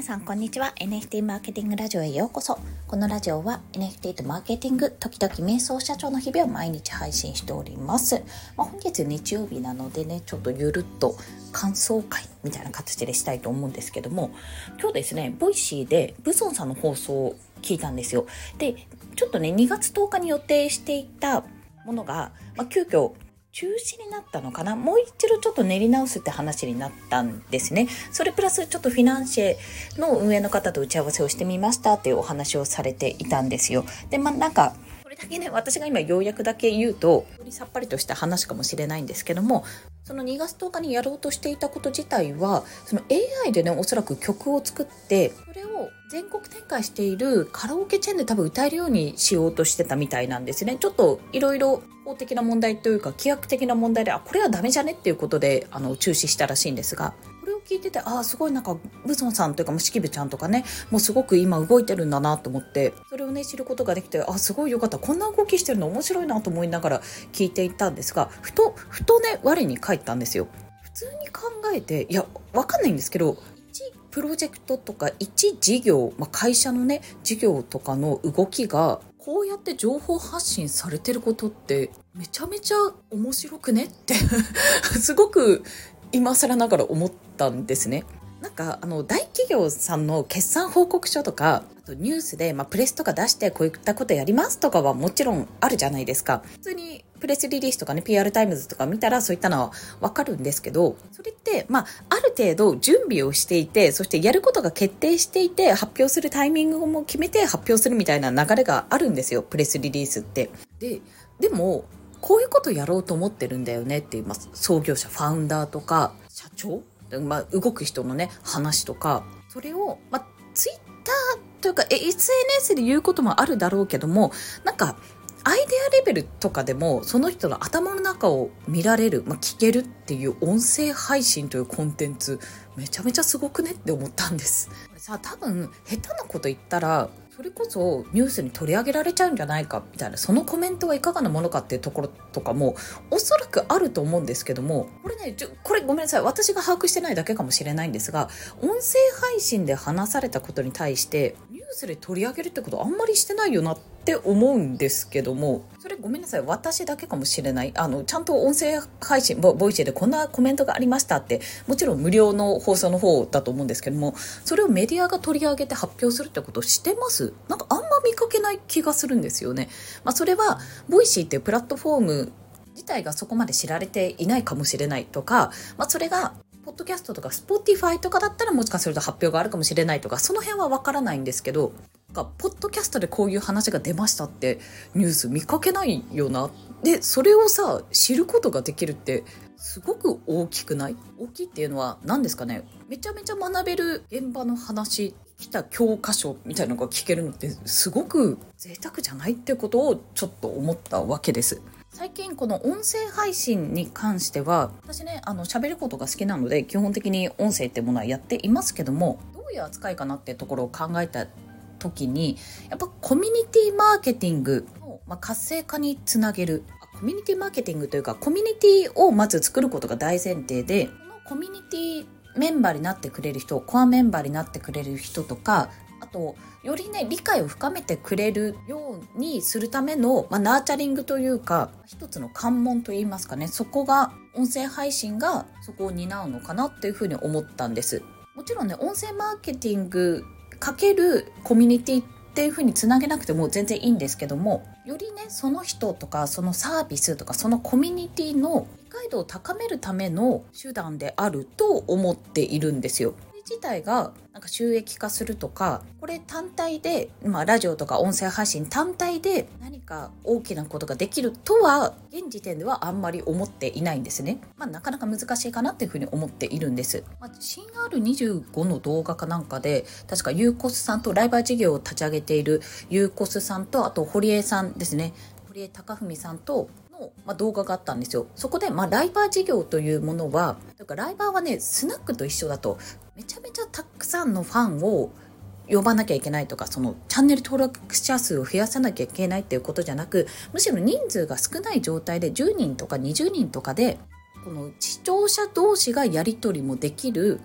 さんこんにちは。 NFT マーケティングラジオへようこそ。このラジオは NFT とマーケティング、時々瞑想社長の日々を毎日配信しております。本日日曜日なのでね、ちょっとゆるっと感想会みたいな形でしたいと思うんですけども、今日ですね、ボイシーでブソンさんの放送を聞いたんですよ。で、ちょっとね、2月10日に予定していたものが、急遽中止になったのかな。もう一度ちょっと練り直すって話になったんですね。それプラスちょっとフィナンシェの運営の方と打ち合わせをしてみましたっていうお話をされていたんですよ。で、なんかこれだけね、私が今要約だけ言うとよりさっぱりとした話かもしれないんですけども、その2月10日にやろうとしていたこと自体は、その AI でね、おそらく曲を作ってそれを全国展開しているカラオケチェーンで多分歌えるようにしようとしてたみたいなんですね。ちょっといろいろ法的な問題というか規約的な問題で、これはダメじゃねっていうことで中止したらしいんですが、これを聞いてて、すごいなんかブソンさんというか式部ちゃんとかね、もうすごく今動いてるんだなと思って、それをね知ることができて、すごいよかった、こんな動きしてるの面白いなと思いながら聞いていたんですが、ふとね我に返ったんですよ。普通に考えて、わかんないんですけど、プロジェクトとか一事業、会社のね事業とかの動きがこうやって情報発信されてることってめちゃめちゃ面白くねってすごく今更ながら思ったんですね。なんか大企業さんの決算報告書とか、あとニュースで、プレスとか出してこういったことやりますとかはもちろんあるじゃないですか。普通にプレスリリースとかね、 PR タイムズとか見たらそういったのはわかるんですけど、それってある程度準備をしていて、そしてやることが決定していて、発表するタイミングも決めて発表するみたいな流れがあるんですよ、プレスリリースって。でもこういうことやろうと思ってるんだよねっていう、創業者、ファウンダーとか社長、動く人のね話とか、それを、ツイッターというか SNS で言うこともあるだろうけども、なんかアイデアレベルとかでもその人の頭の中を見られる、聞けるっていう音声配信というコンテンツ、めちゃめちゃすごくねって思ったんです。これさ、多分下手なこと言ったらそれこそニュースに取り上げられちゃうんじゃないかみたいな、そのコメントはいかがなものかっていうところとかもおそらくあると思うんですけども、これね、これごめんなさい、私が把握してないだけかもしれないんですが、音声配信で話されたことに対してニュースで取り上げるってことあんまりしてないよなって思うんですけども、それごめんなさい、私だけかもしれない。ちゃんと音声配信ボイシーでこんなコメントがありましたって、もちろん無料の放送の方だと思うんですけども、それをメディアが取り上げて発表するってことをしてます？なんかあんま見かけない気がするんですよね。それはボイシーっていうプラットフォーム自体がそこまで知られていないかもしれないとか、それがポッドキャストとか Spotify とかだったらもしかすると発表があるかもしれないとか、その辺はわからないんですけど、ポッドキャストでこういう話が出ましたってニュース見かけないよな。でそれをさ知ることができるってすごく大きくない？大きいっていうのは何ですかね、めちゃめちゃ学べる現場の話、来た教科書みたいなのが聞けるのってすごく贅沢じゃないってことをちょっと思ったわけです。最近この音声配信に関しては、私ね喋ることが好きなので基本的に音声ってものはやっていますけども、どういう扱いかなっていうところを考えた時に、やっぱコミュニティマーケティングの、活性化につなげる、コミュニティマーケティングというかコミュニティをまず作ることが大前提で、このコミュニティメンバーになってくれる人、コアメンバーになってくれる人とか、あとよりね理解を深めてくれるようにするための、ナーチャリングというか、一つの関門といいますかね、そこが音声配信がそこを担うのかなっていうふうに思ったんです。もちろんね、音声マーケティングかけるコミュニティっていう風につなげなくても全然いいんですけども、よりねその人とかそのサービスとかそのコミュニティの理解度を高めるための手段であると思っているんですよ。これ自体がなんか収益化するとか、これ単体で、ラジオとか音声配信単体で何か大きなことができるとは現時点ではあんまり思っていないんですね。なかなか難しいかなっていうふうに思っているんです。新 R25 の動画かなんかで、確かユーコスさんとライバー事業を立ち上げているユーコスさんと、あと堀江さんですね、堀江貴文さんとの、動画があったんですよ。そこで、ライバー事業というものは、ライバーはねスナックと一緒だと、めちゃめちゃたくさんのファンを呼ばなきゃいけないとか、そのチャンネル登録者数を増やさなきゃいけないっていうことじゃなく、むしろ人数が少ない状態で10人とか20人とかでこの視聴者同士がやり取りもできる、そんな空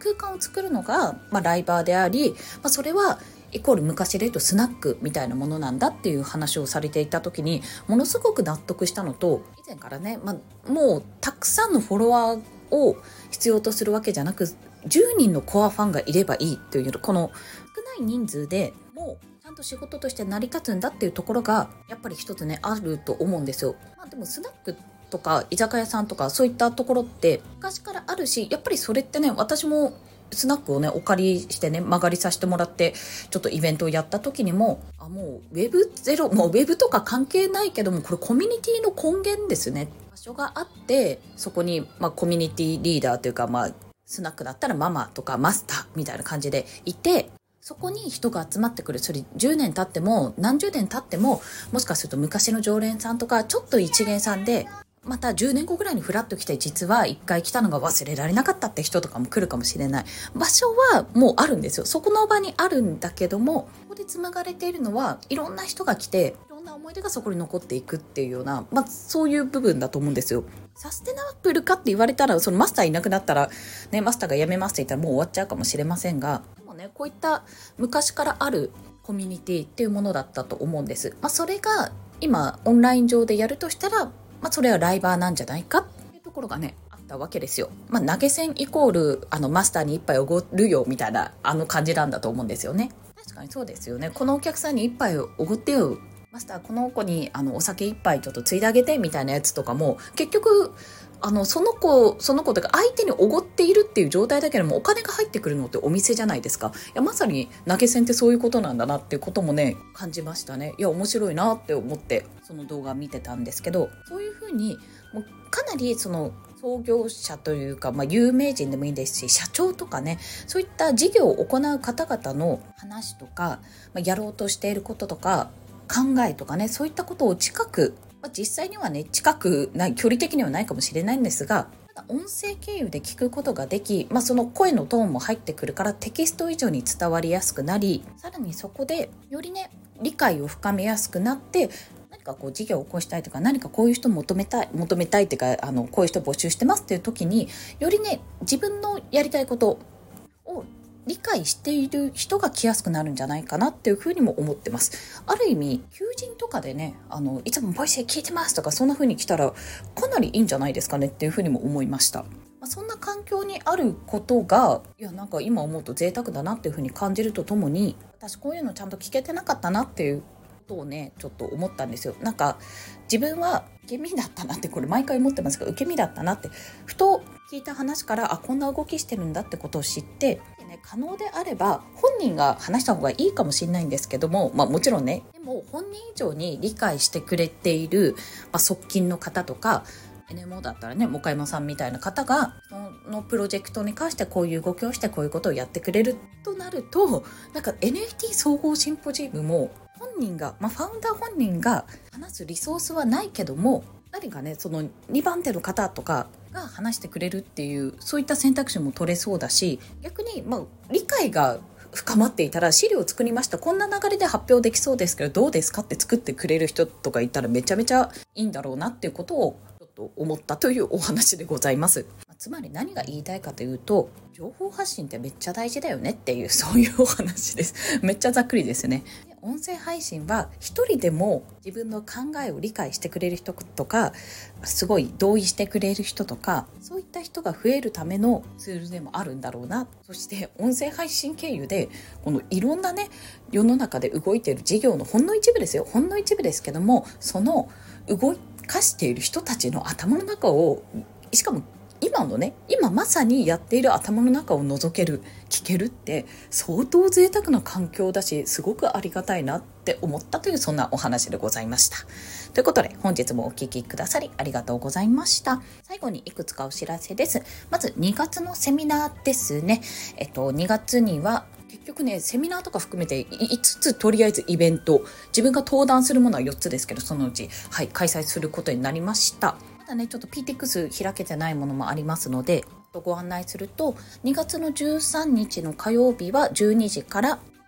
空間を作るのが、ライバーであり、それはイコール昔で言うとスナックみたいなものなんだっていう話をされていた時にものすごく納得したのと、以前からね、もうたくさんのフォロワーを必要とするわけじゃなく、10人のコアファンがいればいいという、この少ない人数でもうちゃんと仕事として成り立つんだっていうところがやっぱり一つねあると思うんですよ。でもスナックとか居酒屋さんとかそういったところって昔からあるし、やっぱりそれってね、私もスナックをねお借りしてね間借りさせてもらってちょっとイベントをやった時にも、もうウェブゼロ、もうウェブとか関係ないけども、これコミュニティの根源ですね。場所があってそこに、コミュニティリーダーというか、スナックだったらママとかマスターみたいな感じでいて、そこに人が集まってくる。それ10年経っても何十年経っても、もしかすると昔の常連さんとかちょっと一元さんでまた10年後ぐらいにフラッと来て、実は1回来たのが忘れられなかったって人とかも来るかもしれない。場所はもうあるんですよ。そこの場にあるんだけども、ここで紡がれているのはいろんな人が来て、いろんな思い出がそこに残っていくっていうような、そういう部分だと思うんですよ。サステナブルかって言われたら、そのマスターいなくなったら、ね、マスターが辞めますって言ったらもう終わっちゃうかもしれませんが、でもね、こういった昔からあるコミュニティっていうものだったと思うんです。それが今オンライン上でやるとしたら、それはライバーなんじゃないかっていうところがねあったわけですよ。投げ銭イコールマスターに一杯おごるよみたいな感じなんだと思うんですよね。確かにそうですよね。このお客さんに一杯おごってよ、マスターこの子にお酒一杯ちょっとついであげてみたいなやつとかも、結局その子とか相手におごっているっていう状態だけでもお金が入ってくるのってお店じゃないですか。いや、まさに投げ銭ってそういうことなんだなっていうこともね感じましたね。いや、面白いなって思ってその動画見てたんですけど、そういうふうにもうかなりその創業者というか、有名人でもいいですし、社長とかね、そういった事業を行う方々の話とか、やろうとしていることとか考えとかね、そういったことを近く、実際にはね近くない、距離的にはないかもしれないんですが、ただ音声経由で聞くことができ、その声のトーンも入ってくるからテキスト以上に伝わりやすくなり、さらにそこでよりね理解を深めやすくなって、何かこう事業を起こしたいとか、何かこういう人求めたいっていうか、こういう人募集してますっていう時に、よりね自分のやりたいことを理解している人が来やすくなるんじゃないかなっていうふうにも思ってます。ある意味求人とかでね、いつもボイシー聞いてますとかそんなふうに来たらかなりいいんじゃないですかねっていうふうにも思いました。そんな環境にあることが、いや、なんか今思うと贅沢だなっていうふうに感じるとともに、私こういうのちゃんと聞けてなかったなっていうことをねちょっと思ったんですよ。なんか自分は受け身だったなって、これ毎回思ってますが、受け身だったなってふと聞いた話から、こんな動きしてるんだってことを知って、可能であれば本人が話した方がいいかもしれないんですけども、もちろんね、でも本人以上に理解してくれている、側近の方とか NMO だったらね、岡山さんみたいな方がそのプロジェクトに関してこういう動きをしてこういうことをやってくれるとなると、なんか NFT 総合シンポジウムも本人が、ファウンダー本人が話すリソースはないけども、誰かねその2番手の方とかが話してくれるっていう、そういった選択肢も取れそうだし、逆に理解が深まっていたら、資料を作りました、こんな流れで発表できそうですけどどうですかって作ってくれる人とかいたらめちゃめちゃいいんだろうなっていうことをちょっと思ったというお話でございます。つまり何が言いたいかというと、情報発信ってめっちゃ大事だよねっていう、そういうお話です。めっちゃざっくりですね。音声配信は一人でも自分の考えを理解してくれる人とか、すごい同意してくれる人とか、そういった人が増えるためのツールでもあるんだろうな。そして音声配信経由でこのいろんなね世の中で動いている事業のほんの一部ですよ、ほんの一部ですけども、その動かしている人たちの頭の中を、しかも今まさにやっている頭の中を覗ける、聞けるって相当贅沢な環境だし、すごくありがたいなって思ったという、そんなお話でございました。ということで本日もお聞きくださりありがとうございました。最後にいくつかお知らせです。まず2月のセミナーですね。2月には結局ね、セミナーとか含めて5つとりあえずイベント、自分が登壇するものは4つですけど、そのうち、開催することになりました。まだねちょっと PTX 開けてないものもありますので、ご案内すると、2月の13日の火曜日は12時から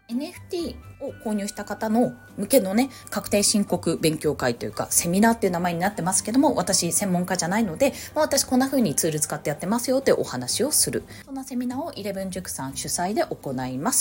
NFT を購入した方の向けのね、確定申告勉強会というか、セミナーっていう名前になってますけども、私専門家じゃないので、私こんな風にツール使ってやってますよってお話をする。そんなセミナーを11塾さん主催で行います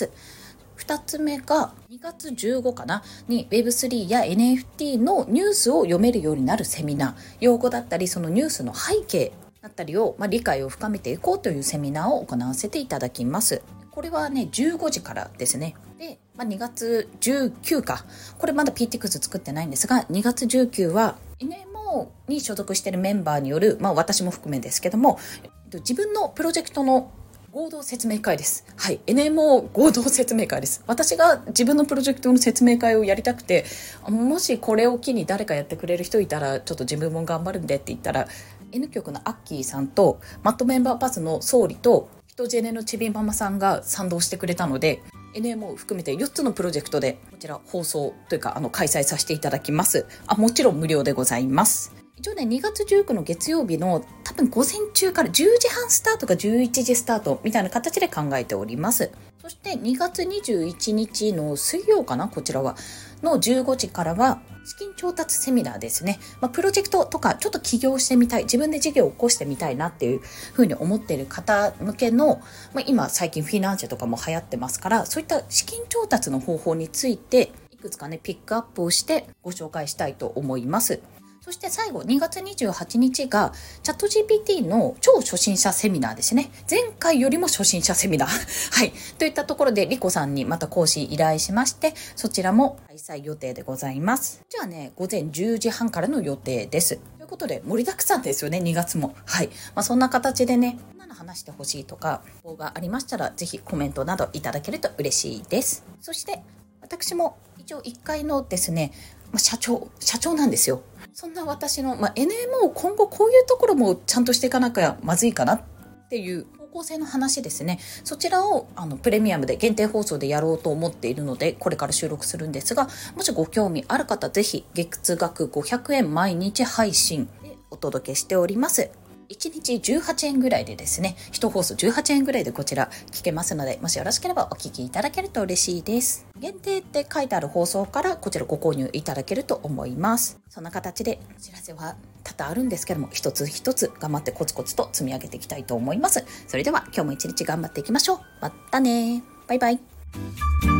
。2つ目が2月15かなに Web3 や NFT のニュースを読めるようになるセミナー、用語だったりそのニュースの背景だったりを、理解を深めていこうというセミナーを行わせていただきます。これはね15時からですね。で、2月19か、これまだ PTX 作ってないんですが、2月19は NMO に所属しているメンバーによる、私も含めですけども、自分のプロジェクトの合同説明会です。はい、NMO 合同説明会です。私が自分のプロジェクトの説明会をやりたくて、もしこれを機に誰かやってくれる人いたら、ちょっと自分も頑張るんでって言ったら、N 局のアッキーさんとマットメンバーパスの総理とヒトジェネのちびママさんが賛同してくれたので、NMO を含めて4つのプロジェクトでこちら放送というか開催させていただきます。もちろん無料でございます。一応ね、2月19の月曜日の多分午前中から10時半スタートか11時スタートみたいな形で考えております。そして2月21日の水曜かな、こちらはの15時からは資金調達セミナーですね。プロジェクトとかちょっと起業してみたい、自分で事業を起こしてみたいなっていうふうに思っている方向けの、今最近フィナンシェとかも流行ってますから、そういった資金調達の方法についていくつかねピックアップをしてご紹介したいと思います。そして最後2月28日がチャット GPT の超初心者セミナーですね。前回よりも初心者セミナーはいといったところでリコさんにまた講師依頼しまして、そちらも開催予定でございます。じゃあね、午前10時半からの予定です。ということで盛りだくさんですよね、2月も。はい、そんな形でね、こんなの話してほしいとか応募がありましたら、ぜひコメントなどいただけると嬉しいです。そして私も一応1階のですね、社長なんですよ。そんな私の、NMO 今後こういうところもちゃんとしていかなきゃまずいかなっていう方向性の話ですね。そちらをプレミアムで限定放送でやろうと思っているので、これから収録するんですが、もしご興味ある方、ぜひ月額500円毎日配信でお届けしております。1日18円ぐらいでですね、1放送18円ぐらいでこちら聞けますので、もしよろしければお聞きいただけると嬉しいです。限定って書いてある放送からこちらご購入いただけると思います。そんな形でお知らせは多々あるんですけども、一つ一つ頑張ってコツコツと積み上げていきたいと思います。それでは今日も一日頑張っていきましょう。またね。バイバイ。